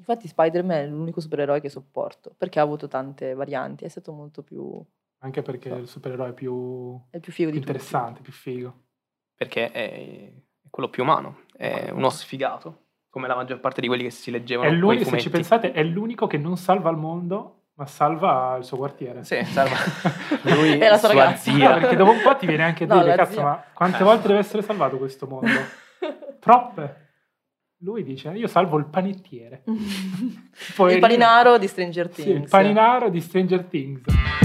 Infatti Spider-Man è l'unico supereroe che sopporto, perché ha avuto tante varianti, è stato molto più... Anche perché so, il supereroe è più è il più figo di tutti. interessante, più figo. Perché è quello più umano, è uno sfigato, come la maggior parte di quelli che si leggevano quei Se fumetti. ci pensate, è l'unico che non salva il mondo, ma salva il suo quartiere. Sì, salva lui E la sua sua ragazza. No, zia. perché dopo un po' ti viene anche a No, dire, la cazzo, zia. ma quante volte deve essere salvato questo mondo? Troppe. Lui dice, io salvo il panettiere. Il Poverino. paninaro di Stranger Things. Sì, il paninaro di Stranger Things.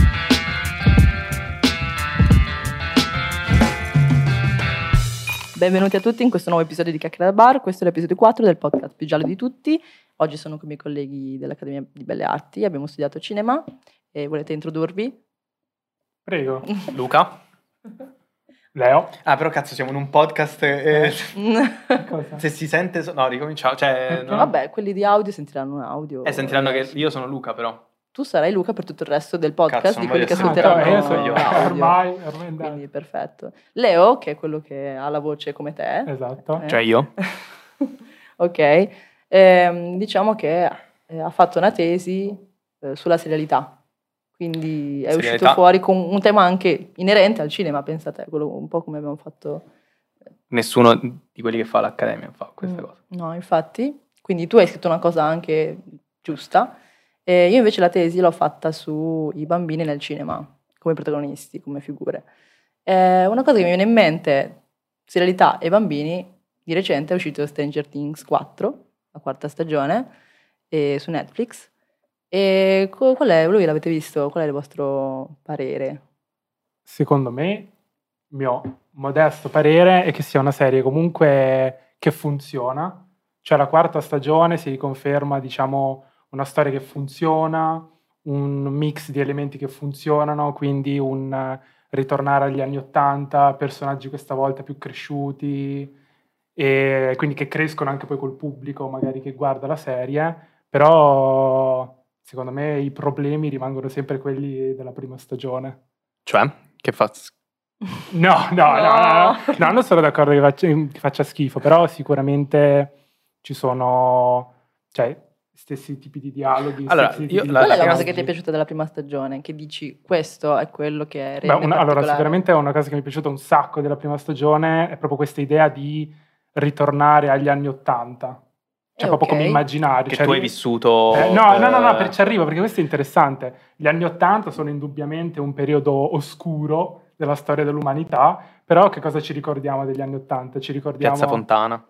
Benvenuti a tutti in questo nuovo episodio di Chiacchiere da Bar. Questo è l'episodio 4 del podcast più giallo di tutti. Oggi sono con i miei colleghi dell'Accademia di Belle Arti, abbiamo studiato cinema e volete introdurvi? Prego. Luca? Leo. Ah, però cazzo, siamo in un podcast Cosa? se si sente... No, ricominciamo. Cioè, no. Vabbè, quelli di audio sentiranno un audio. Sentiranno che io sono Luca, però. Tu sarai Luca per tutto il resto del podcast, Cazzo, di non quelli che voglio ascolteranno essere- io l'audio. ormai è andato. Quindi perfetto. Leo, che è quello che ha la voce come te. Esatto. Cioè io. Ok. Diciamo che ha fatto una tesi sulla serialità. Quindi è uscito Serialità. fuori con un tema anche inerente al cinema, pensate, quello un po' come abbiamo fatto. Nessuno di quelli che fa l'accademia fa questa cosa. No, infatti. Quindi tu hai scritto una cosa anche giusta. Io invece la tesi l'ho fatta sui bambini nel cinema, come protagonisti, come figure. Una cosa che mi viene in mente, serialità e bambini, di recente è uscito Stranger Things 4, la quarta stagione, su Netflix. E qual è? Voi l'avete visto? Qual è il vostro parere? Secondo me, il mio modesto parere è che sia una serie comunque che funziona. Cioè la quarta stagione si riconferma, diciamo, una storia che funziona, un mix di elementi che funzionano, quindi un ritornare agli anni '80, personaggi questa volta più cresciuti, e quindi che crescono anche poi col pubblico magari che guarda la serie, però secondo me i problemi rimangono sempre quelli della prima stagione. Cioè, che fa... No, non sono d'accordo che faccia schifo, però sicuramente ci sono, cioè, stessi tipi di dialoghi. Allora, stessi io tipi di Qual è la prima- cosa che ti è piaciuta della prima stagione? Che dici, questo è quello che rende Beh, allora, particolare? sicuramente una cosa che mi è piaciuta un sacco della prima stagione è proprio questa idea di ritornare agli anni '80. Cioè, proprio ok. come immaginario. Che cioè, tu hai vissuto... no, ci arrivo, perché questo è interessante. Gli anni '80 sono indubbiamente un periodo oscuro della storia dell'umanità, però che cosa ci ricordiamo degli anni '80? Ci ricordiamo... Piazza Fontana,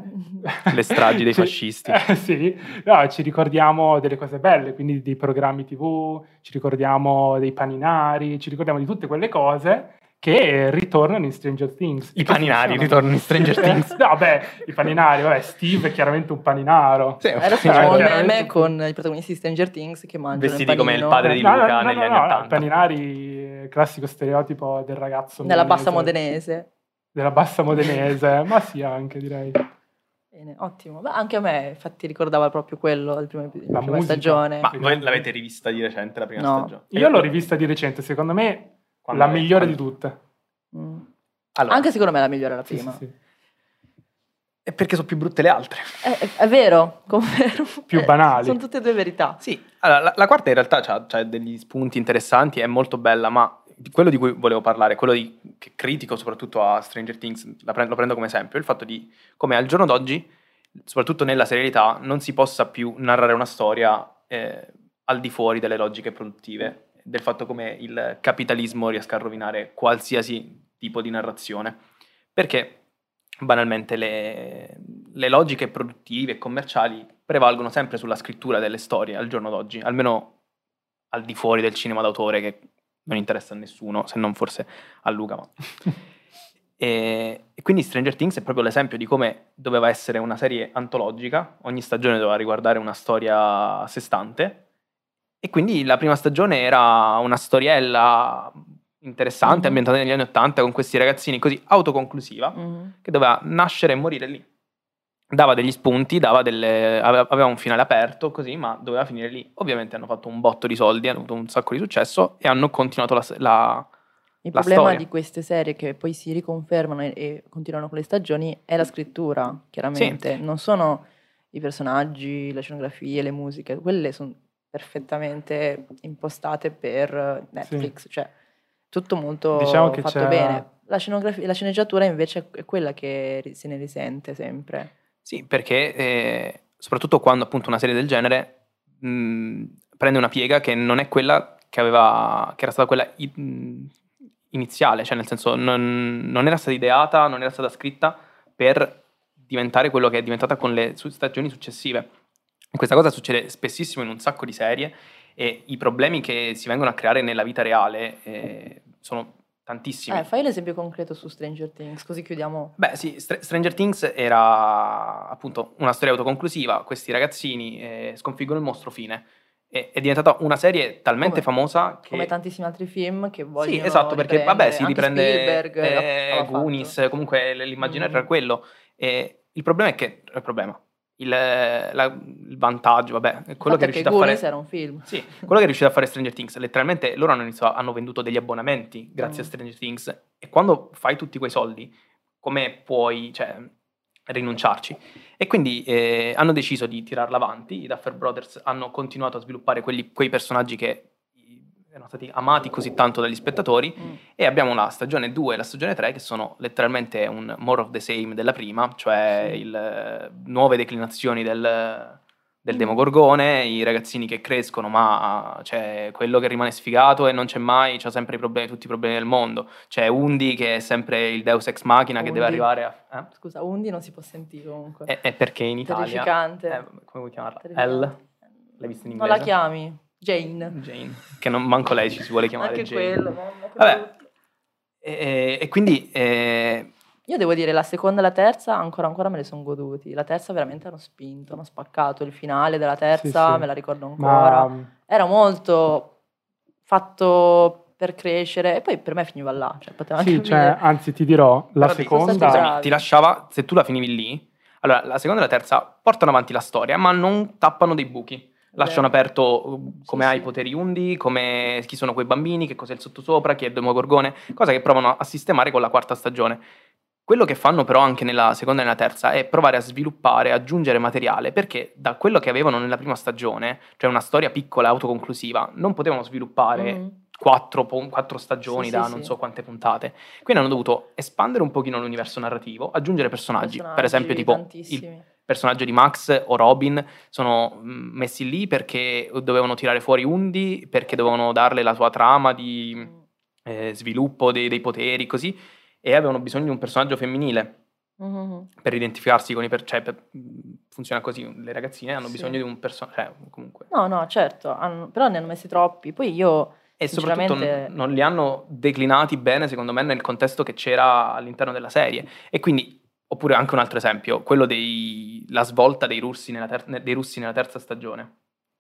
le stragi dei fascisti. Sì, no, ci ricordiamo delle cose belle, quindi dei programmi TV, ci ricordiamo dei paninari, ci ricordiamo di tutte quelle cose che ritornano in Stranger Things. I paninari ritornano in Stranger Things. No, beh, i paninari, vabbè, Steve è chiaramente un paninaro. Sì, Adesso Cioè, facciamo un chiaramente- meme con i protagonisti di Stranger Things che mangiano Vestiti come il panino padre di Luca negli anni no, '80. paninari, classico stereotipo del ragazzo nella milanese, bassa modenese. della bassa modenese, ma sì, anche direi. Bene, ottimo. Beh, anche a me, infatti, ricordava proprio quello del prima La prima musica. stagione. Ma voi l'avete rivista di recente, la prima No. stagione? Io l'ho rivista di recente, secondo me Quando la è- migliore quando- di tutte. Mm. Allora, Anche secondo me la migliore è la Sì, prima. sì, sì. è perché sono più brutte le altre. È vero, confermo. Più banali. Sono tutte e due verità. Sì, allora, la quarta in realtà c'ha degli spunti interessanti, è molto bella, ma quello di cui volevo parlare, che critico soprattutto a Stranger Things, lo prendo come esempio, il fatto di come al giorno d'oggi, soprattutto nella serialità, non si possa più narrare una storia al di fuori delle logiche produttive, del fatto come il capitalismo riesca a rovinare qualsiasi tipo di narrazione. Perché banalmente le logiche produttive e commerciali prevalgono sempre sulla scrittura delle storie al giorno d'oggi, almeno al di fuori del cinema d'autore che non interessa a nessuno, se non forse a Luca. Ma... e quindi Stranger Things è proprio l'esempio di come doveva essere una serie antologica, ogni stagione doveva riguardare una storia a sé stante, e quindi la prima stagione era una storiella interessante, ambientata negli anni '80, con questi ragazzini, così autoconclusiva, che doveva nascere e morire lì. Dava degli spunti, aveva un finale aperto, così, ma doveva finire lì. Ovviamente hanno fatto un botto di soldi, hanno avuto un sacco di successo e hanno continuato Il la problema storia. di queste serie che poi si riconfermano e continuano con le stagioni è la scrittura, chiaramente. Non sono i personaggi, le scenografie, le musiche, quelle sono perfettamente impostate per Netflix, cioè tutto molto Diciamo che fatto c'è- bene. La sceneggiatura invece è quella che se ne risente sempre. Sì, perché soprattutto quando appunto una serie del genere prende una piega che non è quella che era stata quella iniziale, cioè nel senso non era stata ideata, non era stata scritta per diventare quello che è diventata con le stagioni successive. Questa cosa succede spessissimo in un sacco di serie e i problemi che si vengono a creare nella vita reale sono tantissimi. Fai l'esempio concreto su Stranger Things, così chiudiamo. Beh sì, Stranger Things era appunto una storia autoconclusiva, questi ragazzini sconfiggono il mostro, fine. È diventata una serie talmente famosa che... Come tantissimi altri film che vogliono Sì, esatto, perché vabbè si anche riprende Spielberg l'aveva Goonies, fatto. comunque l'immaginario era quello. E il problema è che... Il problema... Il vantaggio, vabbè, è quello che è riuscito a Goonies fare... era un film. Sì, quello che è riuscito a fare Stranger Things, letteralmente loro hanno venduto degli abbonamenti grazie a Stranger Things e quando fai tutti quei soldi, come puoi, cioè, rinunciarci? E quindi hanno deciso di tirarla avanti, i Duffer Brothers hanno continuato a sviluppare quei personaggi che erano stati amati così tanto dagli spettatori e abbiamo la stagione 2 e la stagione 3 che sono letteralmente un more of the same della prima, cioè nuove declinazioni del Demogorgone, i ragazzini che crescono ma c'è quello che rimane sfigato e non c'è mai, c'ha sempre tutti i problemi del mondo, c'è Undy che è sempre il Deus Ex Machina che deve arrivare a... Scusa, Undy non si può sentire comunque. È perché in Italia... Terrificante. Come vuoi chiamarla? Terrificante. L'hai vista in inglese? Non la chiami? Jane, che manco lei ci si vuole chiamare anche Jane. quello. Vabbè, e quindi io devo dire la seconda e la terza ancora me le sono goduti. La terza veramente hanno spinto, hanno spaccato. Il finale della terza Sì. me la ricordo ancora. Era molto fatto per crescere e poi per me finiva là. Cioè, poteva anche cioè, anzi ti dirò, la seconda... bravi. ti lasciava, se tu la finivi lì, allora la seconda e la terza portano avanti la storia ma non tappano dei buchi. Lasciano aperto come ha i poteri Undy, chi sono quei bambini, che cos'è il sottosopra, chi è il Demogorgone, cosa che provano a sistemare con la quarta stagione. Quello che fanno però anche nella seconda e nella terza è provare a sviluppare, aggiungere materiale, perché da quello che avevano nella prima stagione, cioè una storia piccola, autoconclusiva, non potevano sviluppare 4 stagioni non so quante puntate. Quindi hanno dovuto espandere un pochino l'universo narrativo, aggiungere personaggi per esempio tipo il personaggio di Max o Robin sono messi lì perché dovevano tirare fuori Undy, perché dovevano darle la sua trama di sviluppo dei poteri, così, e avevano bisogno di un personaggio femminile per identificarsi con funziona così, le ragazzine hanno bisogno di un personaggio, comunque. No, certo, però ne hanno messi troppi, poi io... E soprattutto non li hanno declinati bene, secondo me, nel contesto che c'era all'interno della serie. E quindi, oppure anche un altro esempio, quello la svolta dei russi nella terza stagione.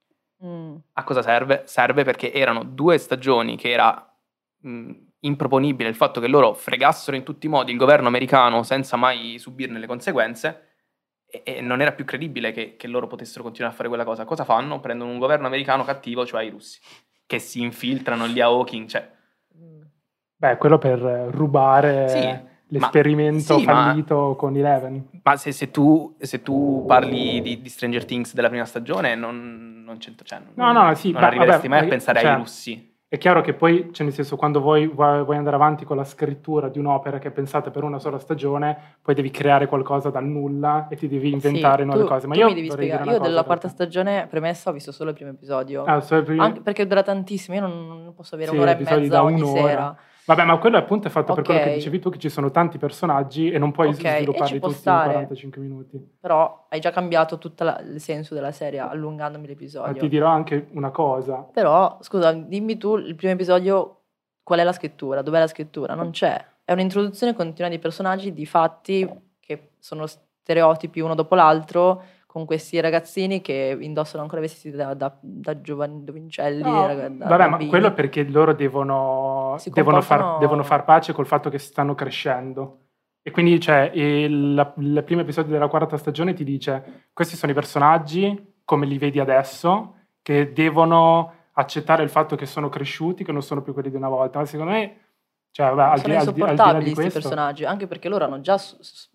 A cosa serve? Serve perché erano 2 stagioni che era improponibile il fatto che loro fregassero in tutti i modi il governo americano senza mai subirne le conseguenze e non era più credibile che loro potessero continuare a fare quella cosa. Cosa fanno? Prendono un governo americano cattivo, cioè i russi, che si infiltrano lì a Hawking, cioè... Beh, quello per rubare l'esperimento fallito con Eleven. Ma se tu parli di Stranger Things della prima stagione, non c'entra, non arriveresti mai a pensare ai russi. È chiaro che poi, cioè nel senso, quando vuoi andare avanti con la scrittura di un'opera che è pensata per una sola stagione, poi devi creare qualcosa dal nulla e ti devi inventare nuove cose. Ma io mi devi spiegare. Io della quarta stagione, premessa, ho visto solo il primo episodio. Anche perché dura tantissimo, io non posso avere un'ora e mezza ogni sera. Vabbè, ma quello appunto è fatto per quello che dicevi tu, che ci sono tanti personaggi e non puoi svilupparli tutti in 45 minuti. Però hai già cambiato tutto il senso della serie allungandomi l'episodio. Ma ti dirò anche una cosa. Però, scusa, dimmi tu, il primo episodio, qual è la scrittura? Dov'è la scrittura? Non c'è. È un'introduzione continua di personaggi, di fatti che sono stereotipi uno dopo l'altro, con questi ragazzini che indossano ancora vestiti da giovincelli. Vabbè, ma quello è perché loro devono far pace col fatto che stanno crescendo. E quindi, cioè, il primo episodio della quarta stagione ti dice: questi sono i personaggi, come li vedi adesso, che devono accettare il fatto che sono cresciuti, che non sono più quelli di una volta. Ma secondo me, cioè, vabbè, sono insopportabili questi personaggi, anche perché loro hanno già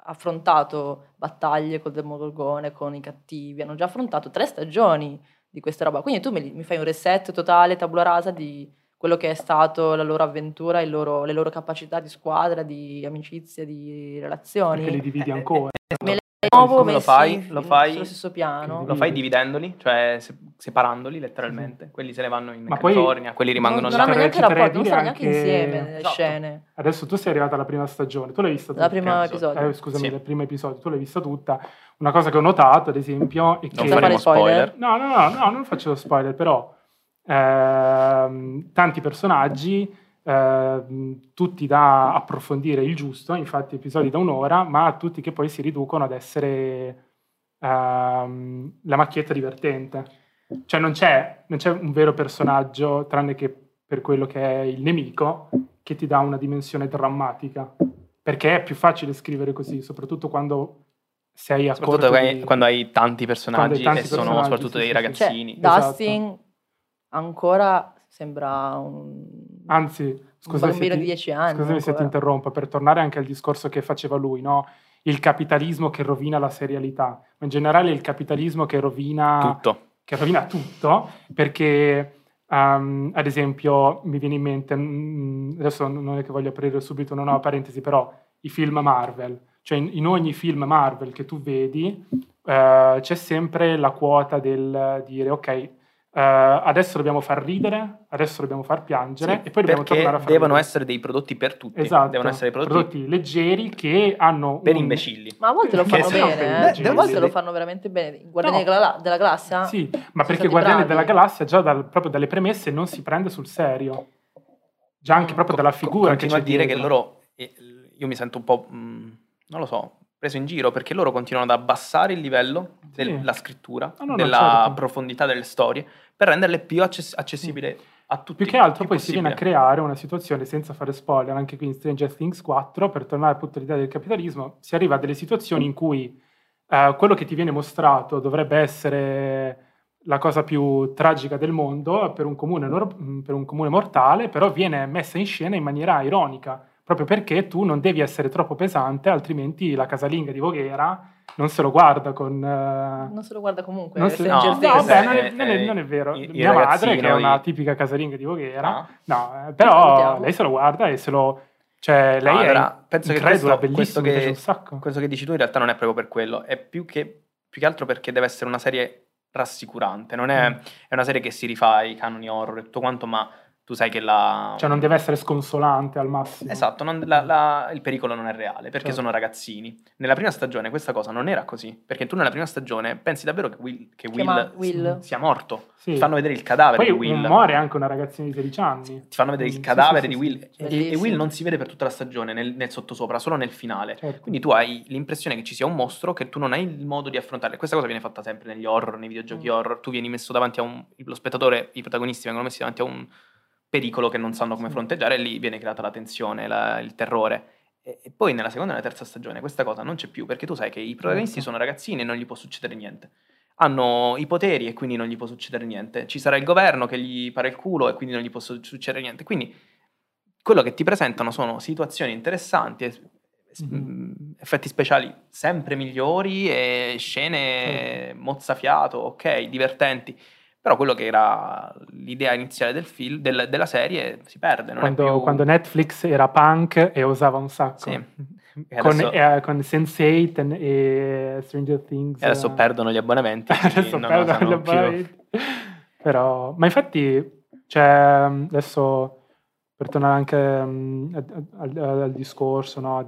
affrontato battaglie col Demogorgone, con i cattivi, hanno già affrontato 3 stagioni di questa roba. Quindi tu mi fai un reset totale, tabula rasa di quello che è stato la loro avventura, le loro capacità di squadra, di amicizia, di relazioni. Perché li dividi ancora. Me le nuovo Come lo fai? messi Lo fai sullo stesso piano. Lo fai dividendoli, cioè separandoli letteralmente. Quelli se ne vanno in Ma poi California, quelli rimangono non là. hanno neanche Ci terrei a rapporto, non dire stanno neanche anche- insieme nelle Esatto. scene. Adesso tu sei arrivata alla prima stagione, tu l'hai vista tutta? La prima episodio. Scusami, Sì. il primo episodio, tu l'hai vista tutta. Una cosa che ho notato, ad esempio, è Non che... Senza faremo fare spoiler. No, non faccio lo spoiler, però tanti personaggi, tutti da approfondire il giusto, infatti episodi da 1 ora, ma tutti che poi si riducono ad essere la macchietta divertente. Cioè non c'è un vero personaggio, tranne che per quello che è il nemico, che ti dà una dimensione drammatica. Perché è più facile scrivere così, soprattutto quando sei a Soprattutto corto di... quando hai tanti personaggi tanti e sono personaggi, soprattutto sì, dei sì, sì. ragazzini. Cioè, Esatto. Dustin ancora sembra un Anzi, scusami bambino di 10 anni. scusami se ti ancora. interrompo, per tornare anche al discorso che faceva lui, no? Il capitalismo che rovina la serialità, ma in generale il capitalismo che rovina tutto, perché ad esempio mi viene in mente, adesso non è che voglio aprire subito una nuova parentesi, però i film Marvel, cioè in ogni film Marvel che tu vedi c'è sempre la quota del dire ok, adesso dobbiamo far ridere, adesso dobbiamo far piangere Sì, e poi dobbiamo perché tornare a far devono ridere. essere dei prodotti per tutti. Esatto, Devono essere dei prodotti leggeri che hanno per imbecilli. Ma a volte lo Che fanno sono bene, belli, a volte sì. lo fanno veramente bene. I Guardiani No. della Galassia? Sì, ma sono perché stati Guardiani bravi. della Galassia già proprio dalle premesse non si prende sul serio. Già anche proprio dalla figura che Continuo c'è a dire dietro. che loro, io mi sento un po', non lo so, preso in giro perché loro continuano ad abbassare il livello della scrittura, No, della certo. profondità delle storie, per renderle più accessibili a tutti. Più che altro più poi si viene a possibile. creare una situazione, senza fare spoiler, anche qui in Stranger Things 4, per tornare appunto all'idea del capitalismo, si arriva a delle situazioni in cui quello che ti viene mostrato dovrebbe essere la cosa più tragica del mondo per un comune mortale, però viene messa in scena in maniera ironica, proprio perché tu non devi essere troppo pesante, altrimenti la casalinga di Voghera non se lo guarda con... Non se lo guarda comunque. non se- Stranger no, Things. vabbè, non è vero. il Mia madre, che è una ragazzino tipica casalinga di Voghera, No. però Salutiamo. lei se lo guarda e se lo... Cioè, lei allora, è penso che incredula, questo bellissima, mi piace un sacco. questo che dici tu in realtà non è proprio per quello, è più che altro perché deve essere una serie rassicurante, non è, è una serie che si rifà ai canoni horror e tutto quanto, ma tu sai che Cioè, non deve essere sconsolante al massimo. Esatto, il pericolo non è reale, perché Certo. sono ragazzini. Nella prima stagione questa cosa non era così, perché tu nella prima stagione pensi davvero che Will sia morto. Sì. Ti fanno vedere il cadavere Poi di Will. muore anche una ragazzina di 16 anni. Ti fanno vedere il Sì, cadavere sì, di sì, Will sì. e Bellissimo. Will non si vede per tutta la stagione nel sottosopra, solo nel finale. Certo. Quindi tu hai l'impressione che ci sia un mostro che tu non hai il modo di affrontare. Questa cosa viene fatta sempre negli horror, nei videogiochi horror. Tu vieni messo davanti a lo spettatore, i protagonisti vengono messi davanti a un pericolo che non sanno come fronteggiare e lì viene creata la tensione, il terrore. E poi nella seconda e nella terza stagione questa cosa non c'è più, perché tu sai che i protagonisti sono ragazzini e non gli può succedere niente. Hanno i poteri e quindi non gli può succedere niente. Ci sarà il governo che gli para il culo e quindi non gli può succedere niente. Quindi quello che ti presentano sono situazioni interessanti, effetti speciali sempre migliori e scene mozzafiato, ok, divertenti. Però quello che era l'idea iniziale del film, della serie, si perde. Non è più... Quando Netflix era punk e osava un sacco. Sì. Adesso, con Sense8 e Stranger Things. e adesso perdono gli abbonamenti. Adesso non perdono sanno gli abbonamenti. Però, ma infatti, cioè, adesso per tornare anche al discorso, no,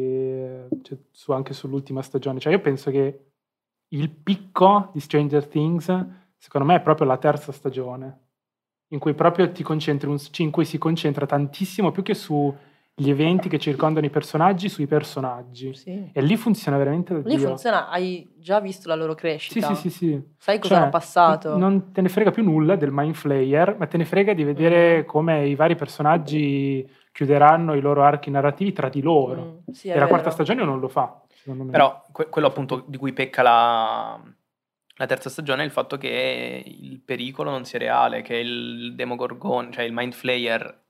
anche sull'ultima stagione, cioè io penso che il picco di Stranger Things, secondo me, è proprio la terza stagione, in cui proprio ti concentri, in cui si concentra tantissimo più che sugli eventi che circondano i personaggi, sui personaggi. Sì. E lì funziona veramente da Lì Dio. funziona, hai già visto la loro crescita. Sì. Sai cosa hanno passato. Non te ne frega più nulla del Mind Flayer, ma te ne frega di vedere come i vari personaggi chiuderanno i loro archi narrativi tra di loro. Sì, E la quarta stagione non lo fa, secondo me. Però quello appunto di cui pecca la terza stagione è il fatto che il pericolo non sia reale, che il Demogorgon, cioè il Mind Flayer,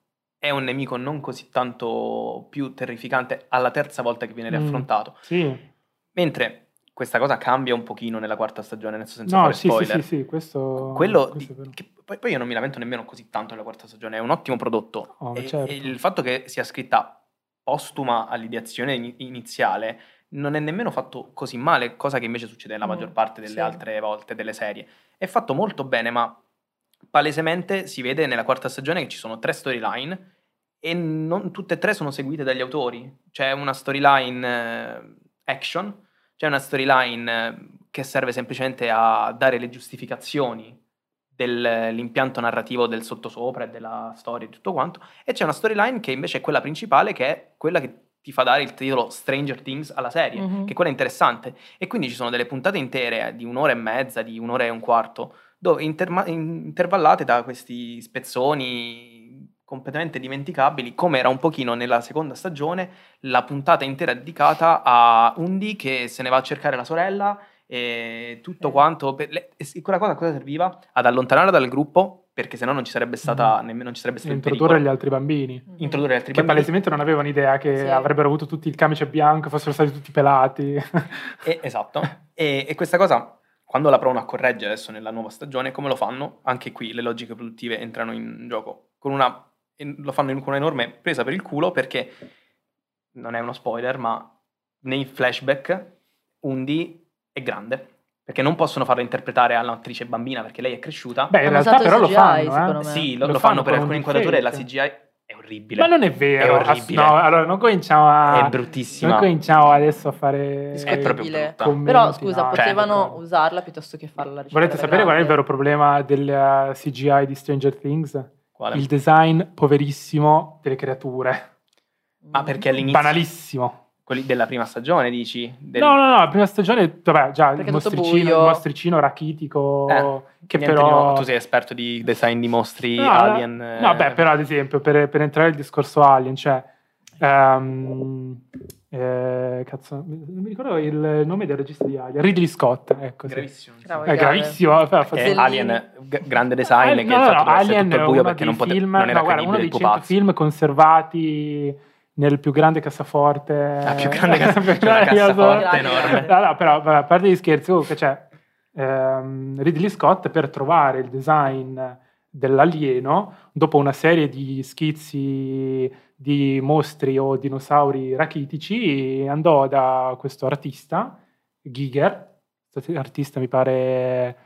è un nemico non così tanto più terrificante alla terza volta che viene riaffrontato. Sì. Mentre questa cosa cambia un pochino nella quarta stagione, adesso senza No, fare sì, spoiler. sì, questo è vero. Che poi io non mi lamento nemmeno così tanto della quarta stagione, è un ottimo prodotto. Oh, e certo. il fatto che sia scritta postuma all'ideazione iniziale non è nemmeno fatto così male, cosa che invece succede nella maggior parte delle altre volte delle serie. È fatto molto bene, ma palesemente si vede nella quarta stagione che ci sono 3 storyline e non tutte e 3 sono seguite dagli autori. C'è una storyline action, c'è una storyline che serve semplicemente a dare le giustificazioni dell'impianto narrativo del sottosopra e della storia e tutto quanto, e c'è una storyline che invece è quella principale, che è quella che ti fa dare il titolo Stranger Things alla serie, che quella è interessante. E quindi ci sono delle puntate intere di 1 ora e mezza, di 1 ora e un quarto, dove intervallate da questi spezzoni completamente dimenticabili, come era un pochino nella seconda stagione, la puntata intera dedicata a Undy che se ne va a cercare la sorella e tutto quanto. E quella cosa a cosa serviva? Ad allontanarla dal gruppo, perché sennò non ci sarebbe stata nemmeno, non ci sarebbe stato il introdurre pericolo. gli altri bambini. Introdurre gli altri Che bambini. palesemente non avevano idea che avrebbero avuto tutti il camice bianco e fossero stati tutti pelati. Esatto. E questa cosa, quando la provano a correggere adesso nella nuova stagione, come lo fanno? Anche qui le logiche produttive entrano in gioco. Lo fanno con un'enorme presa per il culo, perché non è uno spoiler, ma nei flashback Undy è grande, perché non possono farla interpretare all'attrice bambina perché lei è cresciuta. Beh, in realtà però lo fanno, Sì, lo fanno per alcune inquadrature e la CGI è orribile. Ma non è vero. È orribile. No, allora non cominciamo a... È bruttissima. Non cominciamo adesso a fare... È proprio brutta. commenti, Però scusa, no, potevano usarla piuttosto che farla recitare. Volete sapere qual è il vero problema del CGI di Stranger Things? Quale? Il design poverissimo delle creature. Ma perché all'inizio... Banalissimo. Quelli della prima stagione, dici? No, la prima stagione, vabbè, già Perché il mostricino rachitico, che però... Tu sei esperto di design di mostri alien. No, beh, però ad esempio, per entrare nel discorso alien, cioè... cazzo, non mi ricordo il nome del regista di Alien. Ridley Scott, ecco. Gravissimo. È gravissimo. Alien, grande design, che il fatto di essere tutto al buio perché non era credibile uno dei il 100 pupazzo. film conservati nel più grande cassaforte. La più grande cassaforte enorme. No, però vabbè, a parte gli scherzi, comunque c'è Ridley Scott, per trovare il design dell'alieno, dopo una serie di schizzi di mostri o dinosauri rachitici, andò da questo artista, Giger, artista mi pare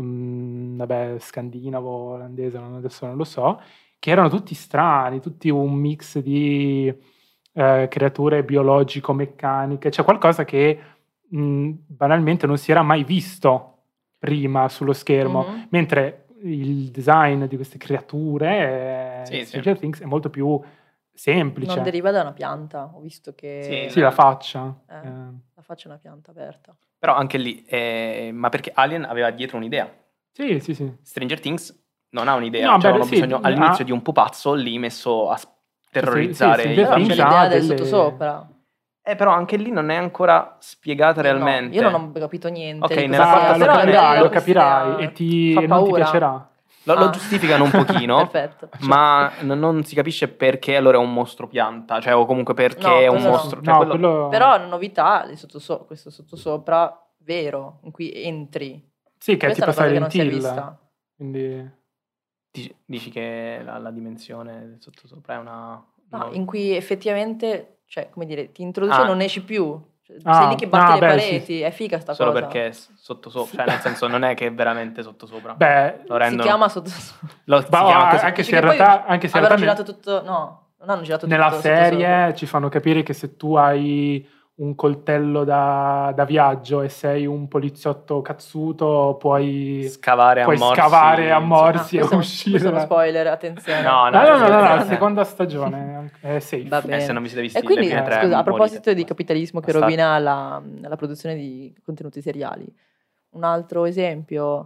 scandinavo, olandese, adesso non lo so, che erano tutti strani, tutti un mix di creature biologico-meccaniche, cioè qualcosa che banalmente non si era mai visto prima sullo schermo, mentre il design di queste creature Stranger Things è molto più semplice. Non deriva da una pianta, ho visto che... Sì, la faccia. La faccia è una pianta aperta. Però anche lì, ma perché Alien aveva dietro un'idea. Sì. Stranger Things non ha un'idea, no, avevano bisogno all'inizio di un pupazzo lì messo a terrorizzare i bambini. C'è l'idea del sottosopra. Però anche lì non è ancora spiegata realmente. Io non ho capito niente. Ok, nella quarta lo capirai e non ti piacerà. Lo giustificano un pochino, ma non si capisce perché allora è un mostro pianta, cioè o comunque perché è un mostro. Cioè Però la novità di questo sottosopra vero, in cui entri. Sì, che è tipo Silent Hill. Quindi... Dici che la dimensione del sottosopra è una... No, in cui effettivamente, cioè, come dire, ti introduce e non esci più. Cioè, sei lì che batti le pareti, è figa sta solo cosa. Solo perché è sottosopra, cioè nel senso non è che è veramente sottosopra. Si chiama sottosopra. Anche se in realtà avevano girato tutto, no, non hanno girato nella tutto serie ci fanno capire che se tu hai un coltello da viaggio e sei un poliziotto cazzuto puoi scavare a morsi e uscire. Questo è uno spoiler, attenzione. No, seconda stagione è safe. Va bene. Se non vi siete visti e quindi, le prime tre, scusa, a proposito morite. di capitalismo che rovina la produzione di contenuti seriali, un altro esempio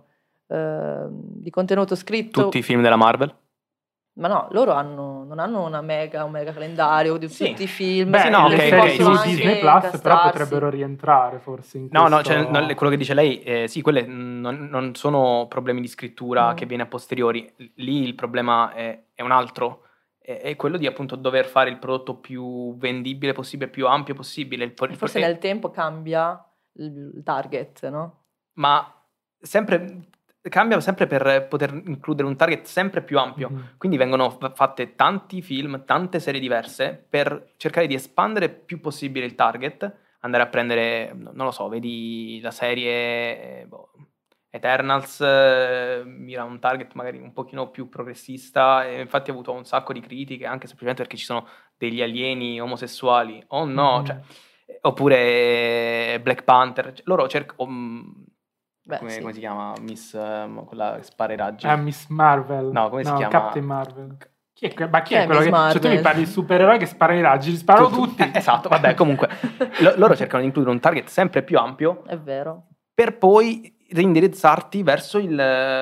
di contenuto scritto... Tutti i film della Marvel? Ma no, loro non hanno un mega calendario di tutti i film. Beh, no, su Disney Plus però potrebbero rientrare forse in questo... No, quello che dice lei, sì, quelle non sono problemi di scrittura che viene a posteriori. Lì il problema è un altro. è quello di appunto dover fare il prodotto più vendibile possibile, più ampio possibile. Forse nel tempo cambia il target, no? Ma cambia sempre per poter includere un target sempre più ampio. Quindi vengono fatte tanti film, tante serie diverse per cercare di espandere più possibile il target, andare a prendere, non lo so, vedi la serie Eternals, mira un target magari un pochino più progressista, e infatti ha avuto un sacco di critiche anche semplicemente perché ci sono degli alieni omosessuali o no, cioè, oppure Black Panther, loro cercano come si chiama? Miss quella che spara i raggi. Miss Marvel. No, come si chiama? Captain Marvel. Chi è quello Miss che... Marvel? Cioè tu mi parli di supereroi che sparano i raggi, li sparano tutti. Esatto, vabbè, comunque loro cercano di includere un target sempre più ampio. È vero. Per poi reindirizzarti verso il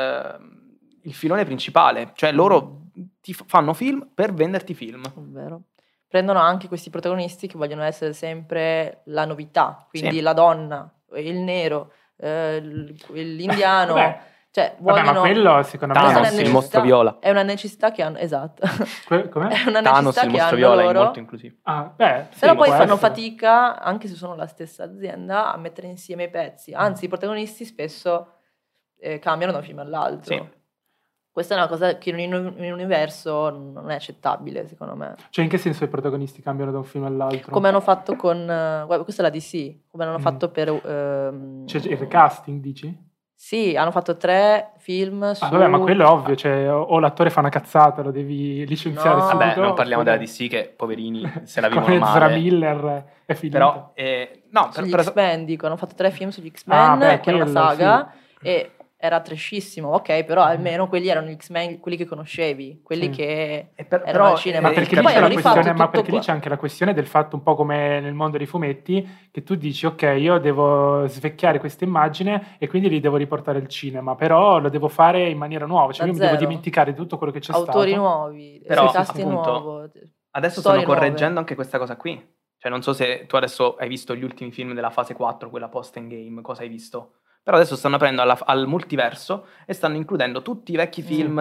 filone principale. Cioè loro ti fanno film per venderti film. È vero. Prendono anche questi protagonisti che vogliono essere sempre la novità. Quindi la donna, il nero, l'indiano, cioè vogliono... ma quello secondo me Thanos, il mostro viola. È una necessità che hanno, esatto. Com'è? È una Thanos, necessità il che mostro hanno viola loro. è molto inclusivo. Però poi fanno essere. fatica, anche se sono la stessa azienda, a mettere insieme i pezzi. Anzi, i protagonisti spesso cambiano da un film all'altro. Sì. Questa è una cosa che in un universo non è accettabile, secondo me. Cioè, in che senso i protagonisti cambiano da un film all'altro? Come hanno fatto con... guarda, questa è la DC. Come hanno fatto per... Cioè, il recasting, dici? Sì, hanno fatto 3 film su... Vabbè, ma quello è ovvio, cioè, o l'attore fa una cazzata, lo devi licenziare No. subito. Vabbè, non parliamo della DC che, poverini, se la vivono come male. Ezra Miller è finita. Però, no, Sugli per X-Men, dico, hanno fatto 3 film sugli X-Men, che era una saga, e era trashissimo, ok, però almeno quelli erano gli X-Men, quelli che conoscevi, quelli che erano al cinema. Ma perché, Poi hanno lì, rifatto lì c'è anche la questione del fatto, un po' come nel mondo dei fumetti, che tu dici, ok, io devo svecchiare questa immagine e quindi li devo riportare al cinema, però lo devo fare in maniera nuova, cioè io mi devo dimenticare tutto quello che c'è autori stato. nuovi, però, cast nuovo. Adesso stanno correggendo nuove. anche questa cosa qui. Cioè, non so se tu adesso hai visto gli ultimi film della fase 4, quella post-Endgame, cosa hai visto? Però adesso stanno aprendo al multiverso e stanno includendo tutti i vecchi film.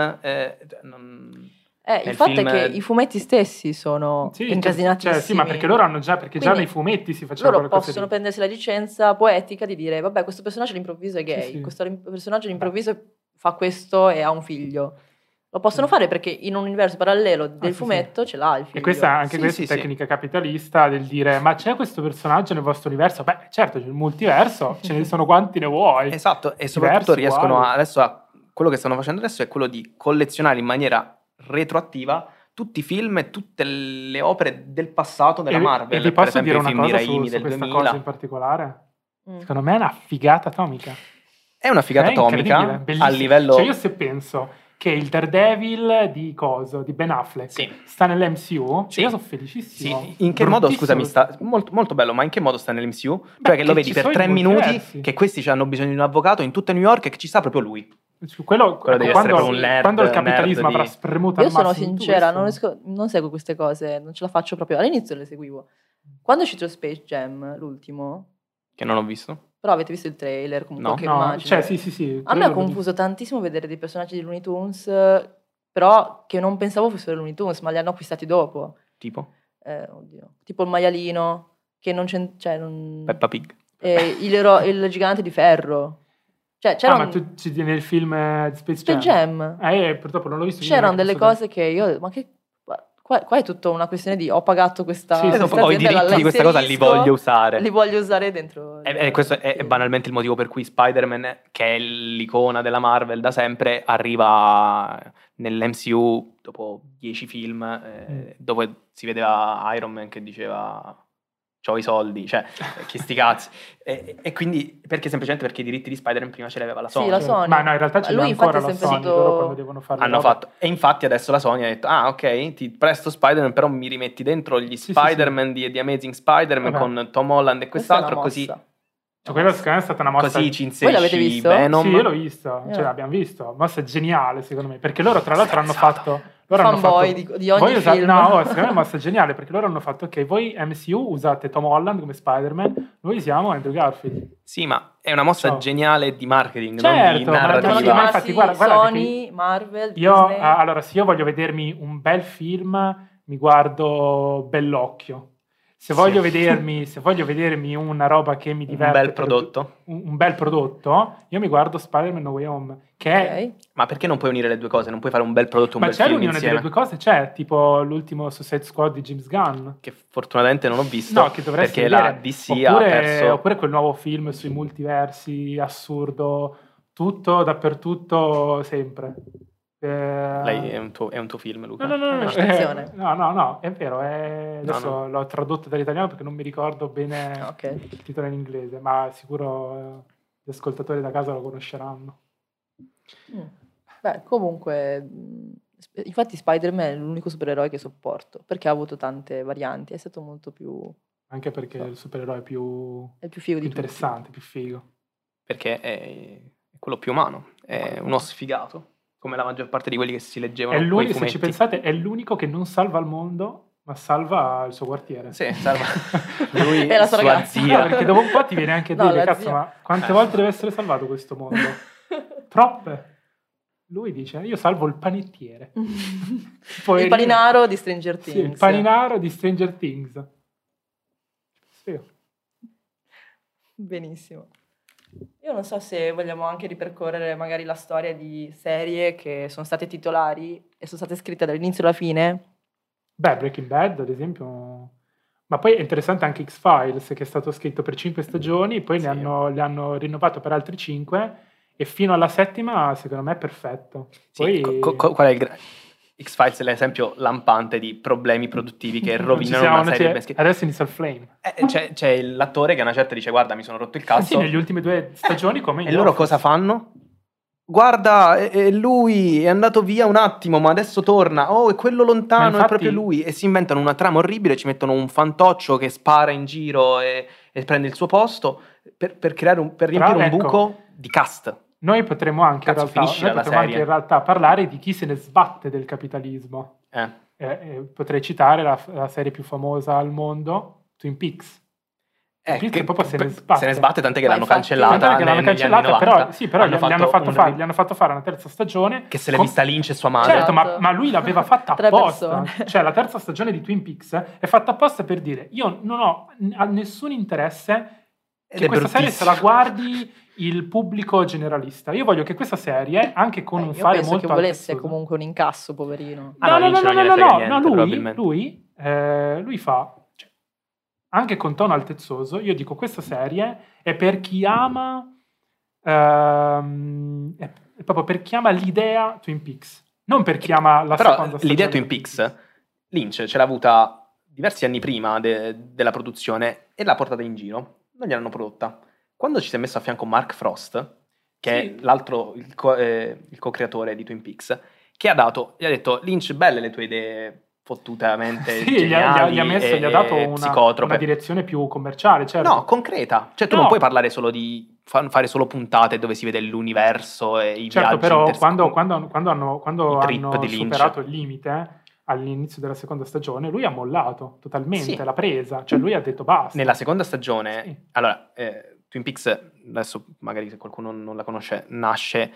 Il fatto è che i fumetti stessi sono incasinatissimi. Cioè, sì, ma perché loro hanno già, già nei fumetti si faceva loro possono prendersi la licenza poetica di dire, vabbè, questo personaggio all'improvviso è gay, questo personaggio all'improvviso fa questo e ha un figlio. Lo possono fare perché in un universo parallelo del fumetto ce l'ha il figlio. E questa è tecnica capitalista del dire, ma c'è questo personaggio nel vostro universo? Beh, certo, c'è il multiverso, ce ne sono quanti ne vuoi. Esatto, e soprattutto riescono quello che stanno facendo adesso è quello di collezionare in maniera retroattiva tutti i film e tutte le opere del passato della Marvel. E vi posso per esempio dire i film una di cosa Raimi su del questa 2000. cosa in particolare? Secondo me è una figata atomica. È una figata atomica a livello... Cioè io se penso che il Daredevil di Ben Affleck sta nell'MCU, io sono felicissimo. Sì. In che modo, scusami, sta molto, molto bello, ma in che modo sta nell'MCU? Cioè che lo vedi per 3 minuti, che questi hanno bisogno di un avvocato in tutta New York e che ci sta proprio lui. Quello deve essere proprio un nerd, quando il capitalismo avrà spremuto al massimo. Io sono sincera, non seguo queste cose, non ce la faccio proprio. All'inizio le seguivo. Quando è uscito Space Jam, l'ultimo... Che non ho visto. Però avete visto il trailer? Comunque, che no, immagine. cioè sì. A me ha confuso tantissimo vedere dei personaggi di Looney Tunes, però che non pensavo fossero Looney Tunes, ma li hanno acquistati dopo. Tipo? Tipo il maialino, che non c'è... Peppa Pig. Il gigante di ferro. Cioè, c'era ma tu ci nel film di Space Jam? Purtroppo non l'ho visto. C'erano delle cose che io... Ma che... Qua è tutta una questione di ho pagato questa ho i diritti di questa cosa, li voglio usare. Li voglio usare dentro. Questo è banalmente il motivo per cui Spider-Man, che è l'icona della Marvel da sempre, arriva nell'MCU dopo 10 film, dove si vedeva Iron Man che diceva c'ho i soldi, cioè che sti cazzi. E quindi semplicemente perché i diritti di Spider-Man prima ce li aveva la Sony. Sì, la Sony. Ma no, in realtà ce l'ha ancora la Sony, loro quando devono fare hanno fatto. E infatti adesso la Sony ha detto, ok, ti presto Spider-Man, però mi rimetti dentro gli Spider-Man di Amazing Spider-Man con Tom Holland e quest'altro, così... Cioè, quella secondo me è stata una mossa. Così ci Voi l'avete inserisci visto? Venom. Sì, io l'ho visto, cioè l'abbiamo visto. Mossa geniale, secondo me, perché loro tra l'altro hanno fatto... fanboy di ogni film. No, secondo me è mossa geniale, perché loro hanno fatto, ok, voi MCU usate Tom Holland come Spider-Man, noi usiamo Andrew Garfield. Sì, ma è una mossa geniale di marketing, certo, non di narrativa. ma infatti, guarda Sony, che... Marvel, Io, Disney? allora, se io voglio vedermi un bel film, mi guardo Bellocchio. Se Sì. voglio vedermi una roba che mi diverte, Un bel prodotto. un bel prodotto, io mi guardo Spider-Man No Way Home, che è... Ok. Ma perché non puoi unire le due cose? Non puoi fare un bel prodotto e un Ma bel c'è film l'unione insieme? delle due cose? C'è, tipo l'ultimo Suicide Squad di James Gunn. Che fortunatamente non ho visto. No, che dovresti perché vedere. la DC ha perso... Oppure quel nuovo film sui multiversi, assurdo, tutto, dappertutto, sempre. Lei è un tuo film, Luca? No, Una citazione. no, è vero, adesso No. l'ho tradotto dall'italiano perché non mi ricordo bene Ok. il titolo in inglese, ma sicuro gli ascoltatori da casa lo conosceranno. Beh, comunque, infatti Spider-Man è l'unico supereroe che sopporto, perché ha avuto tante varianti, è stato molto più... Anche perché il supereroe è più È il più figo di tutti. interessante, più figo. Perché è quello più umano, è uno sfigato, come la maggior parte di quelli che si leggevano È quei l'unico, se fumetti. ci pensate, è l'unico che non salva il mondo, ma salva il suo quartiere. Sì, salva lui E la sua sua ragazza. No, zia. perché dopo un po' ti viene anche a No, dire, la cazzo, zia. ma quante volte deve essere salvato questo mondo? Troppe. Lui dice, io salvo il panettiere. Il Poverino. paninaro di Stranger Things. Sì, il paninaro di Stranger Things. Sì. Benissimo. Io non so se vogliamo anche ripercorrere magari la storia di serie che sono state titolari e sono state scritte dall'inizio alla fine. Beh, Breaking Bad, ad esempio... Ma poi è interessante anche X-Files, che è stato scritto per 5 stagioni, poi Sì. le hanno rinnovato per altri 5, e fino alla 7ª, secondo me, è perfetto. Sì, Poi... qual è il X-Files è l'esempio lampante di problemi produttivi che rovinano una serie ben scritta. Adesso inizia il flame. C'è l'attore che a una certa dice guarda mi sono rotto il cazzo. Sì, negli ultimi 2 stagioni come E loro cosa fanno? Guarda, lui è andato via un attimo, ma adesso torna. Oh, è quello lontano, infatti- è proprio lui. E si inventano una trama orribile, ci mettono un fantoccio che spara in giro e prende il suo posto per riempire un ecco, buco di cast. Noi potremmo anche, Cazzo, in realtà, finiscila la serie. in realtà parlare di chi se ne sbatte del capitalismo. Potrei citare la serie più famosa al mondo, Twin Peaks. Twin Peaks Che proprio se ne sbatte, tant'è che Ma l'hanno infatti- cancellata. Tant'è che l'hanno negli anni cancellata, 90. però Hanno gli hanno fatto fatto fare una terza stagione. che se l'è vista Lynch e sua madre. Certo, Esatto. ma lui l'aveva fatta 3 apposta. persone. Cioè, la terza stagione di Twin Peaks è fatta apposta per dire: io non ho nessun interesse Ed che è questa serie se la bruttissimo. guardi il pubblico generalista. Io voglio che questa serie, anche con un Io fare penso molto che volesse altezzoso- comunque un incasso, poverino. Ah, no, Lynch non gliene frega niente, probabilmente. lui fa, cioè, anche con tono altezzoso, io dico questa serie è per chi ama è proprio per chi ama l'idea Twin Peaks, non per chi ama la Però seconda stagione. l'idea Twin Peaks, Lynch ce l'ha avuta diversi anni prima della produzione e l'ha portata in giro. Non gliel'hanno prodotta. Quando ci si è messo a fianco Mark Frost, che Sì. è l'altro, il co-creatore di Twin Peaks, che gli ha detto, Lynch, belle le tue idee fottutamente Sì, geniali gli ha dato una psicotrope. direzione più commerciale, certo. No, concreta. Cioè tu No. non puoi parlare solo di fare solo puntate dove si vede l'universo e i Certo, viaggi però intersconnessi. quando hanno I trip di Lynch. superato il limite all'inizio della seconda stagione, lui ha mollato totalmente, Sì. l'ha presa, cioè lui ha detto basta. Nella seconda stagione, Sì. allora, Twin Peaks, adesso magari se qualcuno non la conosce, nasce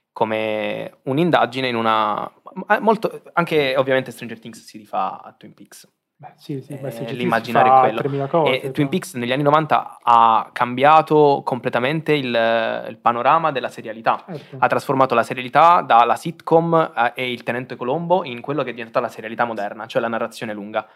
come un'indagine in una... molto, anche ovviamente Stranger Things si rifà a Twin Peaks. Beh, sì, Stranger Things L'immaginario fa è quello. 3000 cose, E Twin però. Peaks negli anni 90 ha cambiato completamente il panorama della serialità. Certo. Ha trasformato la serialità dalla sitcom e il Tenente Colombo in quello che è diventata la serialità moderna, cioè la narrazione lunga.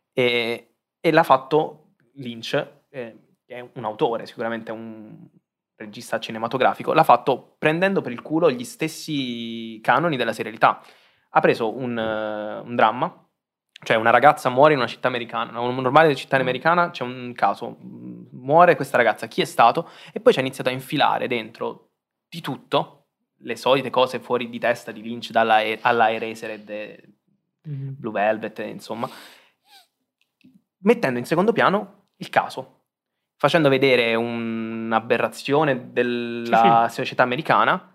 E l'ha fatto Lynch, che è un autore, sicuramente un regista cinematografico, l'ha fatto prendendo per il culo gli stessi canoni della serialità. Ha preso un dramma, cioè una ragazza muore in una città americana, una normale città americana, c'è un caso, muore questa ragazza, chi è stato? E poi ci ha iniziato a infilare dentro di tutto, le solite cose fuori di testa di Lynch, alla Eraserhead, Blue Velvet, insomma, mettendo in secondo piano il caso, facendo vedere un'aberrazione della società americana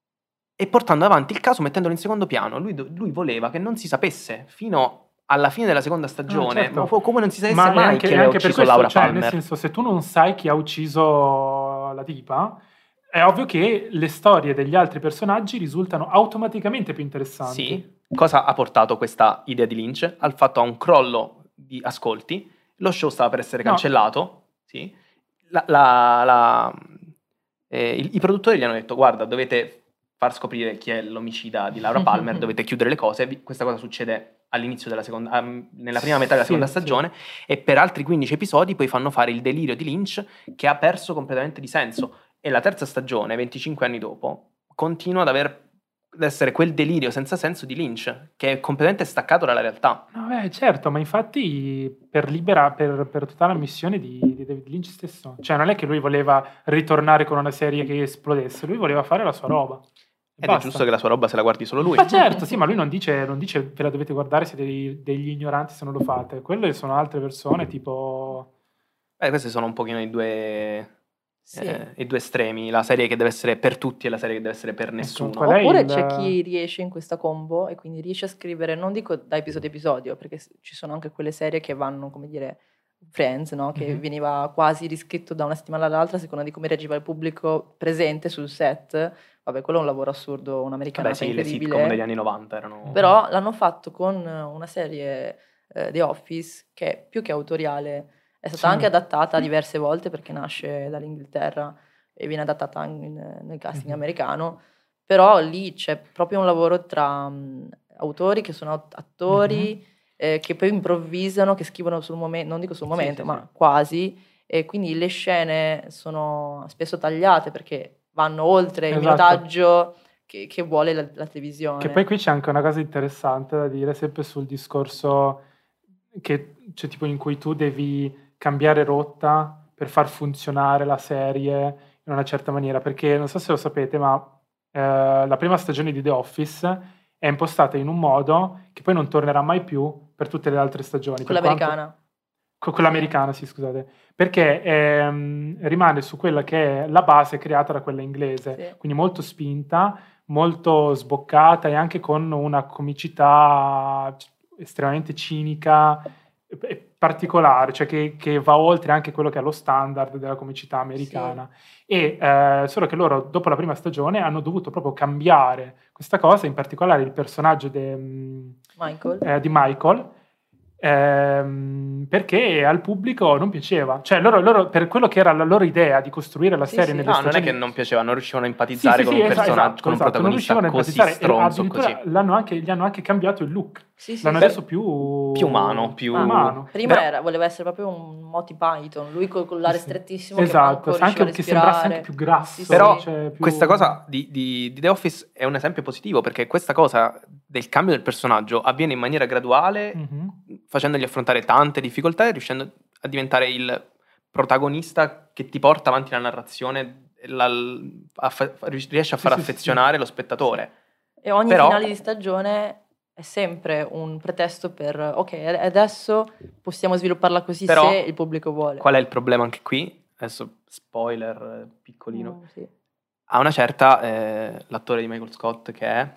e portando avanti il caso, mettendolo in secondo piano. Lui voleva che non si sapesse fino alla fine della seconda stagione, certo. ma come non si sapesse Ma mai che aveva anche per ucciso questo, Laura cioè, Palmer. nel senso, se tu non sai chi ha ucciso la tipa, è ovvio che le storie degli altri personaggi risultano automaticamente più interessanti. Sì. Cosa ha portato questa idea di Lynch? Al fatto a un crollo di ascolti. Lo show stava per essere cancellato. Sì. I produttori gli hanno detto: guarda, dovete far scoprire chi è l'omicida di Laura Palmer, dovete chiudere le cose. Questa cosa succede all'inizio della nella prima metà della seconda stagione, sì. E per altri 15 episodi poi fanno fare il delirio di Lynch, che ha perso completamente di senso. E la terza stagione, 25 anni dopo, continua ad essere quel delirio senza senso di Lynch, che è completamente staccato dalla realtà. No, certo, ma infatti per tutta la missione di David Lynch stesso. Cioè non è che lui voleva ritornare con una serie che esplodesse, lui voleva fare la sua roba. Ed basta. È giusto che la sua roba se la guardi solo lui. Ma certo, sì, ma lui non dice ve la dovete guardare, siete degli ignoranti se non lo fate. Quelle sono altre persone, tipo... questi sono un pochino i due estremi, la serie che deve essere per tutti e la serie che deve essere per nessuno. Oppure c'è chi riesce in questa combo e quindi riesce a scrivere, non dico da episodio a episodio, perché ci sono anche quelle serie che vanno, come dire, Friends, no? Che veniva quasi riscritto da una settimana all'altra a seconda di come reagiva il pubblico presente sul set. Vabbè, quello è un lavoro assurdo, un'americanata incredibile. Le sitcom degli anni 90 erano... Però l'hanno fatto con una serie The Office che più che autoriale è stata anche adattata diverse volte perché nasce dall'Inghilterra e viene adattata nel casting americano, però lì c'è proprio un lavoro tra autori che sono attori che poi improvvisano, che scrivono sul momento, non dico sul momento, ma quasi, e quindi le scene sono spesso tagliate perché vanno oltre il minutaggio che vuole la televisione. Che poi qui c'è anche una cosa interessante da dire, sempre sul discorso che c'è tipo in cui tu devi cambiare rotta per far funzionare la serie in una certa maniera, perché non so se lo sapete, ma la prima stagione di The Office è impostata in un modo che poi non tornerà mai più per tutte le altre stagioni. Quella americana. Quella americana, sì, scusate. Perché rimane su quella che è la base creata da quella inglese, quindi molto spinta, molto sboccata e anche con una comicità estremamente cinica e particolare, cioè che va oltre anche quello che è lo standard della comicità americana. E solo che loro dopo la prima stagione hanno dovuto proprio cambiare questa cosa, in particolare il personaggio di Michael, perché al pubblico non piaceva, cioè loro per quello che era la loro idea di costruire la serie nelle stagioni... non è che non piaceva, non riuscivano a empatizzare con un personaggio, con un protagonista così stronzo, così. Gli hanno anche cambiato il look, l'hanno reso più umano, umano. Prima voleva essere proprio un Monty Python, lui con l'aria strettissimo, esatto, che sembrasse anche più grasso. Però questa cosa di The Office è un esempio positivo, perché questa cosa del cambio del personaggio avviene in maniera graduale, facendogli affrontare tante difficoltà e riuscendo a diventare il protagonista che ti porta avanti la narrazione, riesce a far affezionare lo spettatore. E ogni finale di stagione è sempre un pretesto per ok, adesso possiamo svilupparla così, se il pubblico vuole. Qual è il problema anche qui? Adesso spoiler piccolino. A una certa l'attore di Michael Scott, che è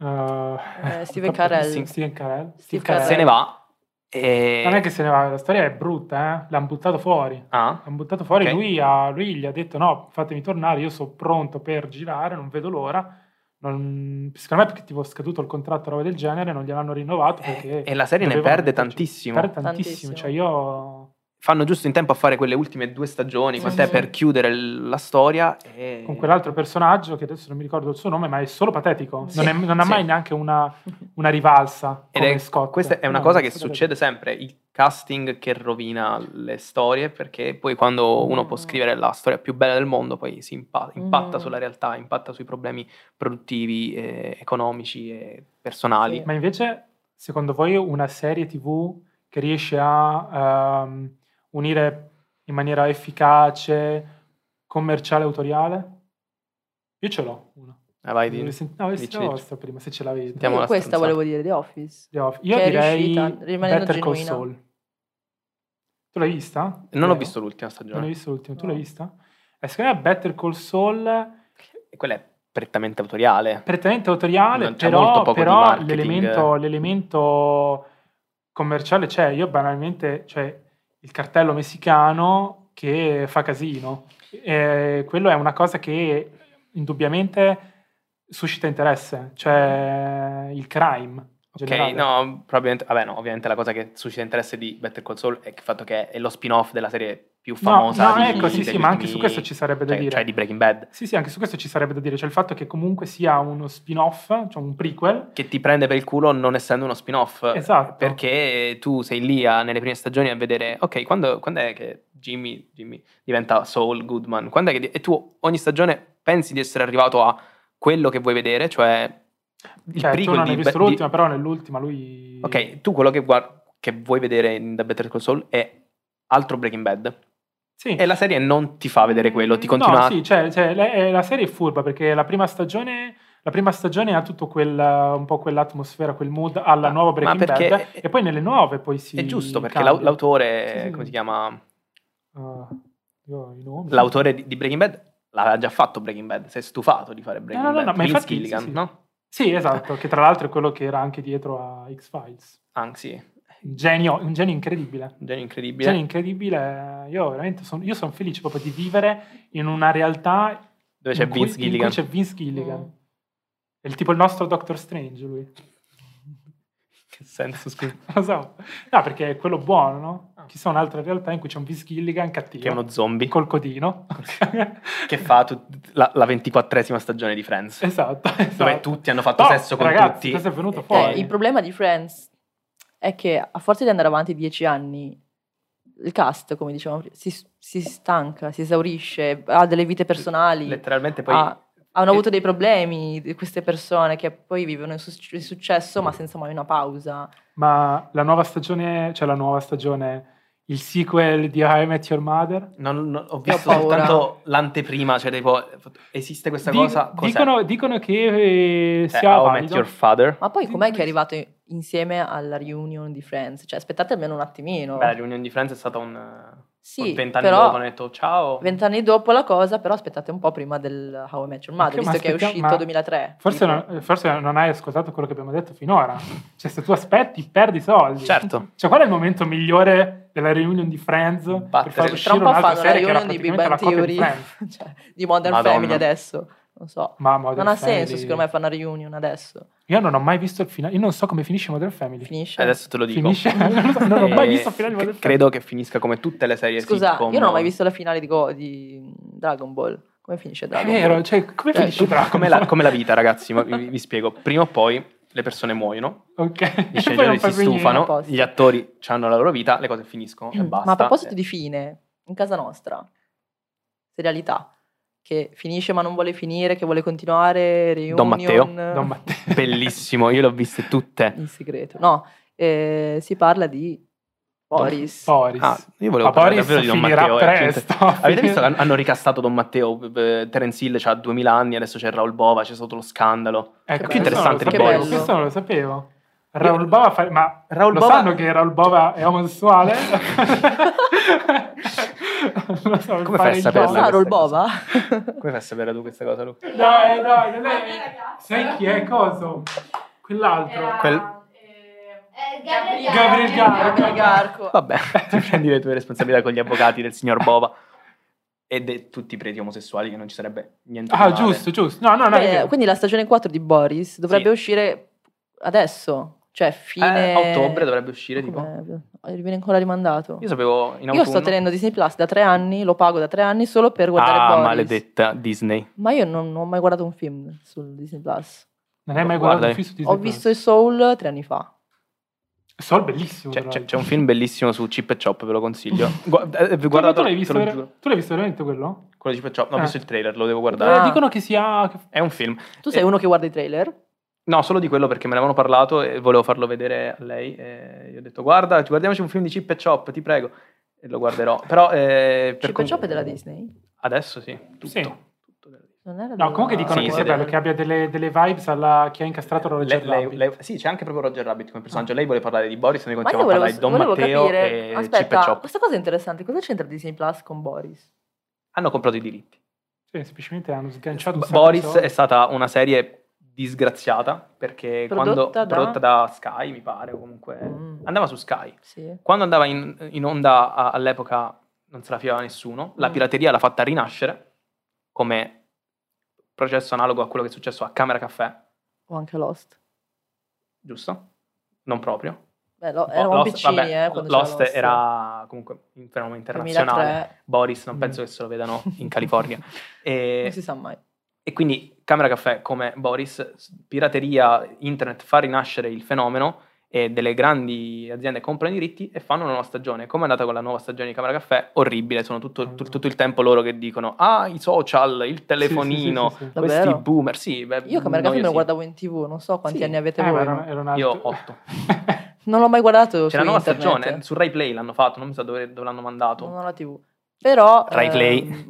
Steve Carell se ne va. Non è che se ne va, la storia è brutta, l'hanno buttato fuori. L'hanno buttato fuori, okay. Lui gli ha detto no, fatemi tornare, io sono pronto per girare, non vedo l'ora. Secondo me perché tipo è scaduto il contratto, roba del genere, non gliel'hanno rinnovato perché e la serie ne perde tantissimo. Cioè io... Fanno giusto in tempo a fare quelle ultime 2 stagioni per chiudere la storia con quell'altro personaggio che adesso non mi ricordo il suo nome, ma è solo patetico, non ha mai neanche una rivalsa come Scott. Questa è una cosa che succede sempre, il casting che rovina le storie, perché poi quando uno può scrivere la storia più bella del mondo poi si impatta sulla realtà, impatta sui problemi produttivi, economici e personali. Ma invece secondo voi una serie TV che riesce a unire in maniera efficace, commerciale, autoriale? Io ce l'ho una. Vai, no, la vostra prima, se ce l'avete. Io questa volevo dire, The Office. Io direi Better Call Saul. Tu l'hai vista? Non ho visto l'ultima stagione. Non hai visto l'ultima? Tu l'hai vista? Secondo me Better Call Saul... Quella è prettamente autoriale. Però l'elemento commerciale c'è. Io banalmente... il cartello messicano che fa casino. Quello è una cosa che indubbiamente suscita interesse, cioè il crime. Ok, generale. no, probabilmente, vabbè, no, ovviamente la cosa che suscita interesse di Better Call Saul è il fatto che è lo spin-off della serie più famosa no, ecco, sì, degli ma anche ultimi- su questo ci sarebbe da dire. Cioè di Breaking Bad, Sì, anche su questo ci sarebbe da dire, cioè il fatto che comunque sia uno spin-off, cioè un prequel. che ti prende per il culo non essendo uno spin-off. Esatto. Perché tu sei lì nelle prime stagioni a vedere, ok, quando è che Jimmy diventa Saul Goodman? Quando è che e tu ogni stagione pensi di essere arrivato a quello che vuoi vedere, cioè il Cioè, tu prequel non hai di visto l'ultima, però nell'ultima lui... Ok, tu quello che vuoi vedere in The Better Call Saul è altro Breaking Bad. Sì. E la serie non ti fa vedere quello, ti continua No, sì, cioè, la serie è furba perché la prima stagione ha tutto un po' quell'atmosfera, quel mood alla nuova Breaking perché Bad, e poi nelle nuove poi si è giusto, perché cambia. l'autore, Sì. come si chiama? Io i nomi. L'autore di Breaking Bad l'aveva già fatto Breaking Bad, si è stufato di fare Breaking Bad. No, ma Vince infatti, Gilligan, sì. no? Sì, esatto, che tra l'altro è quello che era anche dietro a X-Files. Sì. Un genio incredibile. Un genio incredibile. Genio incredibile. Io veramente sono felice proprio di vivere in una realtà dove c'è Vince Gilligan. in cui c'è Vince Gilligan. È il nostro Doctor Strange, lui. Che senso, scusa? Lo so. No, perché è quello buono, no? Ci sono altre realtà in cui c'è un Vince Gilligan cattivo. Che è uno zombie. Col codino. Che fa la 24esima stagione di Friends. Esatto. Dove tutti hanno fatto sesso con ragazzi, tutti. questo è venuto fuori. Il problema di Friends è che a forza di andare avanti 10 anni, il cast, come dicevamo prima, si stanca, si esaurisce, ha delle vite personali. Letteralmente poi... hanno avuto dei problemi di queste persone che poi vivono il successo ma senza mai una pausa. Ma la nuova stagione, il sequel di How I Met Your Mother? Ho visto soltanto l'anteprima, cioè tipo, esiste questa cosa? Dicono che sia How I Met valido. Your Father. Ma poi com'è che è arrivato insieme alla reunion di Friends? Cioè aspettate almeno un attimino. Beh, la reunion di Friends è stata Sì, 20 anni però dopo hanno detto ciao. 20 anni dopo la cosa, però aspettate un po' prima del How I Met Your Mother, visto che è uscito 2003. Forse non hai ascoltato quello che abbiamo detto finora. Cioè, se tu aspetti, perdi soldi. Certo. Cioè, qual è il momento migliore della reunion di Friends per far Tra uscire un po' un'altra fanno la serie che era reunion di Big praticamente la Bang copia di Theory, Friends? cioè, di Modern Madonna. Family adesso. Non so. Ma Modern Non ha Family- senso secondo me fare una reunion adesso. Io non ho mai visto il finale. Io non so come finisce Modern Family. Finisce. Adesso te lo dico. Finisce? Non ho mai visto il finale di Modern Family. Credo che finisca come tutte le serie Scusa, sitcom. io non ho mai visto la finale di Dragon Ball. Come finisce È Dragon vero, Ball? cioè, come finisce Dragon Come Ball? come la vita, ragazzi, ma vi spiego. Prima o poi le persone muoiono, Ok. gli E poi sceneggiatori non si fai più niente. stufano, apposta. gli attori hanno la loro vita, le cose finiscono e basta. Ma a proposito di fine, in casa nostra, serialità, che finisce ma non vuole finire, che vuole continuare, reunion... Don Matteo. Don Matteo. Bellissimo, io le ho viste tutte. In segreto. No, si parla di Boris. Boris. Io volevo Ma parlare Boris davvero di Don finirà Matteo. presto. Avete visto che hanno ricastato Don Matteo? Terence Hill ha 2000 anni, adesso c'è Raul Bova, c'è stato lo scandalo. Ecco, È più interessante di che Boris. bello. Questo non lo sapevo. Raul Bova ma Raul lo Bova- sanno che Raul Bova è omosessuale? Non lo so, Come fare fai a il saperla? gioco. Sa questa Bova? Come fai a sapere tu questa cosa, Luca? Dai, non è... Sai chi è coso? Quell'altro. Gabriel Gabriel Garco. Vabbè, ti prendi le tue responsabilità con gli avvocati del signor Bova e tutti i preti omosessuali, che non ci sarebbe niente di Ah, male. giusto. No, è vero. Quindi la stagione 4 di Boris dovrebbe Sì. uscire adesso, cioè fine... A ottobre dovrebbe uscire, tipo. Viene ancora rimandato. Io sapevo in Io autunno. sto tenendo Disney Plus da 3 anni, lo pago da 3 anni solo per guardare Boris. Maledetta Disney. Ma io non ho mai guardato un film sul Disney Plus. Non hai mai guardato Guarda, un film su Disney Ho visto il Soul 3 anni fa. Soul bellissimo. C'è un film bellissimo su Chip e Chop, ve lo consiglio. Guardatelo, Tu l'hai visto, te lo giuro. tu l'hai visto veramente quello? Quello di Chip e Chop, no, ho Ah. visto il trailer, lo devo guardare. Ah. Dicono che sia... È un film. Tu sei uno che guarda i trailer? No, solo di quello perché me ne avevano parlato e volevo farlo vedere a lei. E io ho detto, guarda, guardiamoci un film di Chip e Chop, ti prego. E lo guarderò. Però Chip e Chop è della Disney? Adesso sì, tutto. Sì. Tutto della Disney. Non era No, comunque dicono Sì, che sì, sia bello, che abbia delle vibes alla chi ha incastrato Roger Rabbit. Sì, c'è anche proprio Roger Rabbit come personaggio. Lei vuole parlare di Boris, noi Ma continuiamo io a parlare di Don Matteo capire... e Chip e Aspetta, Chop. questa cosa è interessante. Cosa c'entra Disney Plus con Boris? Hanno comprato i diritti. Sì, semplicemente hanno sganciato un sacco di Boris soldi. è stata una serie disgraziata perché Prodotta prodotta da Sky, mi pare, o comunque andava su Sky. Sì. Quando andava in onda all'epoca non se la fiava nessuno, la pirateria l'ha fatta rinascere come processo analogo a quello che è successo a Camera Caffè, O anche Lost. giusto? Non proprio. Beh, eravamo Lost, piccini, vabbè, quando c'era Lost era comunque un fenomeno internazionale. 2003. Boris, non penso che se lo vedano in California. Non si sa mai. E quindi Camera Caffè, come Boris, pirateria, internet fa rinascere il fenomeno e delle grandi aziende comprano i diritti e fanno una nuova stagione. Come è andata con la nuova stagione di Camera Caffè? Orribile, sono tutto il tempo loro che dicono i social, il telefonino, Sì. questi Davvero? boomer. Sì, beh, Io Camera Caffè me lo noiosi. guardavo in TV, non so quanti Sì. anni avete Ma voi. era, ma era un altro... Io 8. Non l'ho mai guardato C'è la su nuova internet. stagione, su Rai Play l'hanno fatto, non so dove l'hanno mandato. Non ho la TV. Però... Rai Play.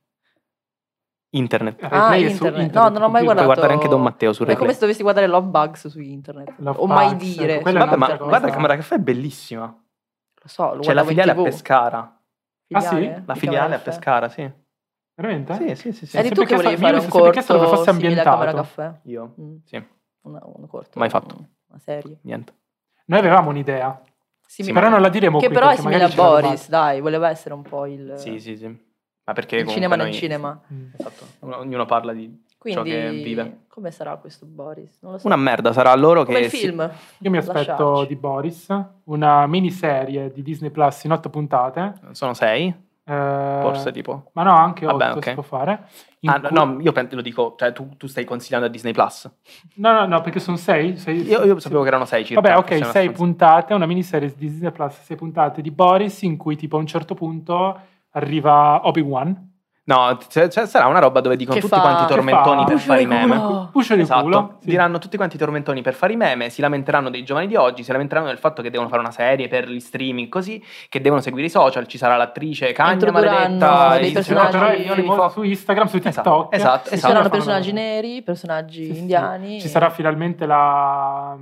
Internet. Rai Play è su internet. No, non ho mai computer. Puoi guardato. guardare anche Don Matteo su È Rai come Play. se dovessi guardare Love Bugs su internet. Love o mai Bugs, dire. ecco, quella è Vabbè, ma un'altra cosa. guarda, Camera Caffè è bellissima. Lo so, lo C'è la guardavo in filiale a TV. Pescara. Ah, sì? Filiale La di filiale Camera a Caffè. Pescara, sì. Veramente? Sì. Eri tu sempre che volevi chiesto- fare io un mi sono sempre chiesto dove corto fosse simile a Camera ambientato. Caffè? Io, Mm. sì, Un corto. Mai fatto. Una serie. niente. Noi avevamo un'idea, Simile. però non la diremo Che qui, però è perché simile a magari ci fanno Boris, dai, voleva essere un po' il Sì. Ma perché il comunque cinema nel noi- cinema. male. Esatto, ognuno parla di ciò Quindi, che vive. come sarà questo Boris? Non lo so. Una merda, sarà loro Come che il film. Io mi aspetto Lasciarci. di Boris, una miniserie di Disney Plus in 8 puntate. sono 6, forse tipo. Ma no, anche 8 Vabbè, ok. si può fare. In Ah, cui- no, io lo dico, cioè tu stai consigliando a Disney Plus. No, perché sono 6. Io sapevo che erano 6 circa. Vabbè, ok, forse è una 6 stronzata. puntate, una miniserie di Disney Plus, 6 puntate di Boris, in cui tipo a un certo punto arriva Obi-Wan. No, sarà una roba dove dicono Che tutti fa- quanti i che tormentoni fa- per Puscio fare i di meme. culo. Puscio di Esatto, culo. Sì. diranno tutti quanti i tormentoni per fare i meme, si lamenteranno dei giovani di oggi, si lamenteranno del fatto che devono fare una serie per gli streaming così, che devono seguire i social, ci sarà l'attrice Cagna Introdurranno maledetta, dei e personaggi- Però milioni io di li posto fo- su Instagram, su TikTok. esatto. Ci E saranno fanno personaggi la- neri, personaggi Sì, sì. indiani. Ci sarà finalmente la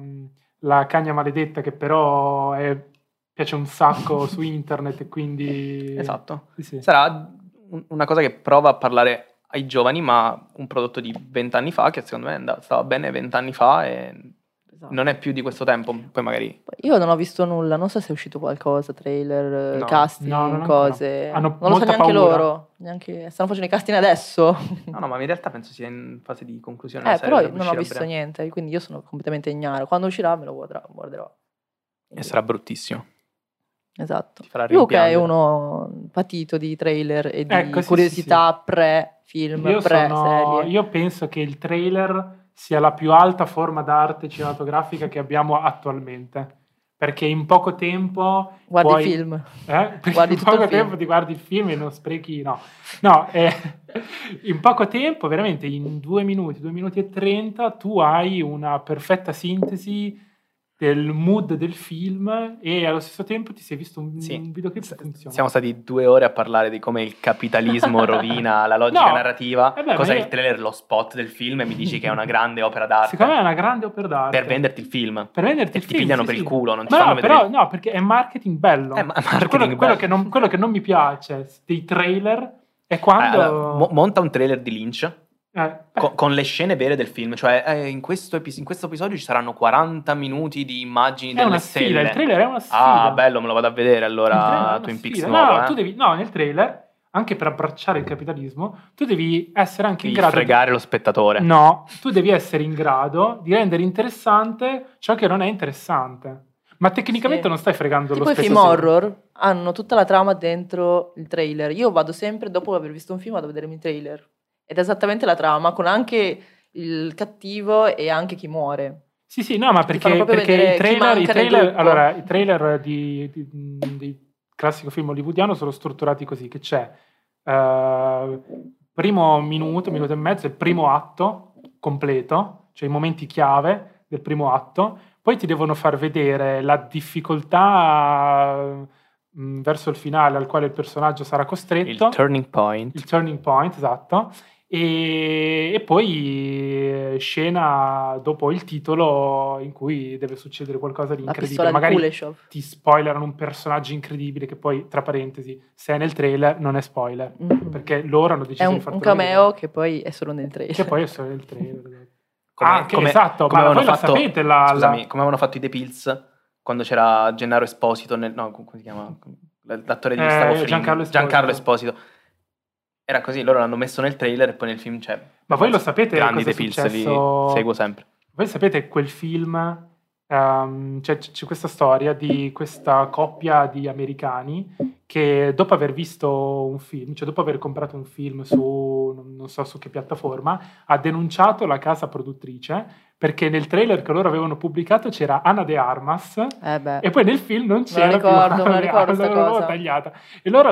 Cagna maledetta che però piace un sacco su internet e quindi... Esatto. Sì. Sarà una cosa che prova a parlare ai giovani, ma un prodotto di 20 anni fa, che secondo me stava bene 20 anni fa e Esatto. non è più di questo tempo, poi magari... Io non ho visto nulla, non so se è uscito qualcosa, trailer, No. casting, No, non ancora. cose. Hanno non lo so molta neanche paura. loro. Neanche... Stanno facendo i casting adesso. No, ma in realtà penso sia in fase di conclusione. la serie, Però dovrebbe non ho uscire a visto breve. niente, quindi io sono completamente ignaro. Quando uscirà me lo guarderò. E sarà bruttissimo. Esatto. Ti farà Luca è rimpiangere. uno patito di trailer e di Ecco, sì, curiosità pre-film, pre-serie. Io penso che il trailer sia la più alta forma d'arte cinematografica che abbiamo attualmente. Perché in poco tempo... Guardi puoi- il film. Perché Guardi in tutto poco il film. tempo ti guardi il film e non sprechi... No, in poco tempo, veramente in 2 minuti e 30, tu hai una perfetta sintesi del mood del film e allo stesso tempo ti sei visto un Sì. videoclip che funziona. Siamo stati 2 ore a parlare di come il capitalismo rovina la logica No. narrativa. Beh, Cos'è ma io- il trailer, lo spot del film e mi dici che è una grande opera d'arte. Secondo me è una grande opera d'arte. Per venderti il film. Per venderti E il ti film, pigliano sì, per il sì. culo, non ti Ma fanno no, vedere però il- no, perché è marketing bello. marketing quello bello. che non mi piace dei trailer è quando... Allora, monta un trailer di Lynch beh, con le scene vere del film. Cioè, in questo episodio ci saranno 40 minuti di immagini è delle una sfida, stelle. il trailer è una sfida. Ah, bello, me lo vado a vedere Il trailer è allora una Twin Peaks sfida. nuovo. No, tu devi, nel trailer, anche per abbracciare il capitalismo, tu devi essere anche in Devi grado fregare lo spettatore. No, tu devi essere in grado di rendere interessante ciò che non è interessante. Ma tecnicamente Sì. non stai fregando Tipo lo i film spettatore. horror hanno tutta la trama dentro il trailer. Io vado sempre, dopo aver visto un film, vado a vedermi il trailer. Ed è esattamente la trama, con anche il cattivo e anche chi muore. Sì, no, ma Ti fanno perché proprio vedere i chi manca nel trailer, gruppo. allora, i trailer di classico film hollywoodiano sono strutturati così, che c'è primo minuto e mezzo, il primo atto completo, cioè i momenti chiave del primo atto, poi ti devono far vedere la difficoltà verso il finale al quale il personaggio sarà costretto. Il turning point. Il turning point, esatto. E poi scena dopo il titolo in cui deve succedere qualcosa di La incredibile. pistola di Magari Kuleshov. ti spoilerano un personaggio incredibile che poi, tra parentesi, se è nel trailer non è spoiler. Mhm. Perché loro hanno È deciso di un fartelo cameo che poi è solo nel trailer. vedere. Che poi è solo nel trailer. Come- esatto, come ma avevano voi la fatto- sapete Scusami, come avevano fatto i The Pills quando c'era Gennaro Esposito no, come si chiama? L'attore di Gustavo Fring. Giancarlo Esposito. Esposito. Era così, loro l'hanno messo nel trailer e poi nel film c'è. Ma voi lo sapete Grandi cosa è The Pills, li successo? seguo sempre. Voi sapete quel film, c'è questa storia di questa coppia di americani che dopo aver visto un film, cioè dopo aver comprato un film su, non so su che piattaforma, ha denunciato la casa produttrice perché nel trailer che loro avevano pubblicato c'era Ana de Armas e poi nel film non c'era più Ana de Armas, l'avevano tagliata. E loro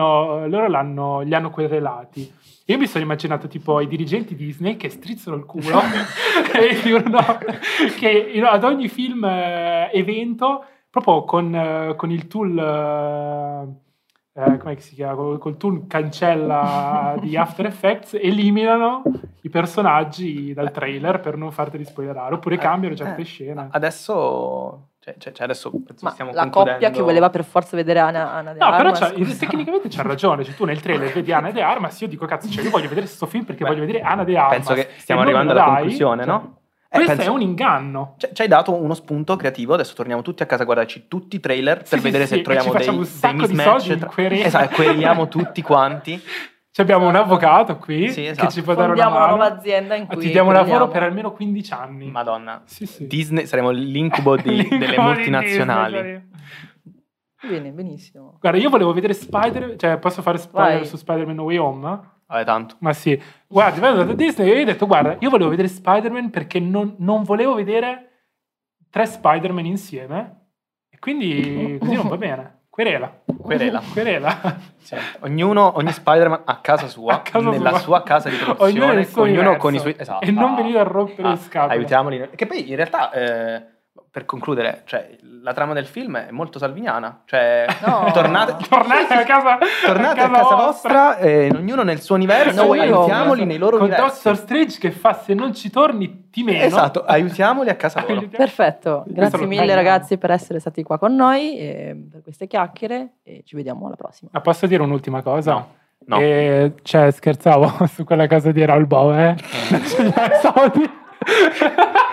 gli hanno querelati. Io mi sono immaginato tipo i dirigenti Disney che strizzano il culo e dicono che ad ogni film evento, proprio con il tool, come si chiama? Col tool cancella di After Effects, eliminano i personaggi dal trailer per non farteli spoilerare, oppure cambiano certe scene. Adesso... adesso ma stiamo la concludendo. coppia che voleva per forza vedere Ana de Armas. No, però tecnicamente c'ha ragione. Cioè, tu nel trailer vedi Ana de Armas, io dico cazzo, io voglio vedere questo film perché voglio vedere Ana de Armas. Penso che stiamo arrivando alla conclusione, no? Questo è un inganno. Ci hai dato uno spunto creativo. Adesso torniamo tutti a casa a guardarci tutti i trailer per vedere se troviamo dei mismatch. Esatto, quereliamo tutti quanti. Abbiamo un avvocato qui esatto. che ci può dare una mano. Fondiamo una nuova azienda in cui ti diamo lavoro per almeno 15 anni. Madonna. Sì. Disney, saremo l'incubo delle multinazionali. Bene, benissimo. Guarda, io volevo vedere Spider-Man, cioè posso fare spoiler su Spider-Man No Way Home? Vabbè, tanto. Ma sì. Guarda, vado da Disney e io ho detto, guarda, io volevo vedere Spider-Man perché non volevo vedere 3 Spider-Man insieme e quindi così non va bene. Querela. Sì. Ogni Spider-Man a casa sua, nella sua casa di produzione, ognuno con i suoi... Esatto. E non venire a rompere le scatole. Aiutiamoli. Che poi in realtà, per concludere, cioè, la trama del film è molto salviniana. Cioè, tornate a casa vostra, ognuno nel suo universo, aiutiamoli nei loro universi. Con Doctor Strange che fa se non ci torni ti meno. Esatto, aiutiamoli a casa loro. Perfetto, grazie mille ragazzi per essere stati qua con noi per queste chiacchiere e ci vediamo alla prossima. Ma posso dire un'ultima cosa? No. Scherzavo su quella cosa di Raul Boe, soldi.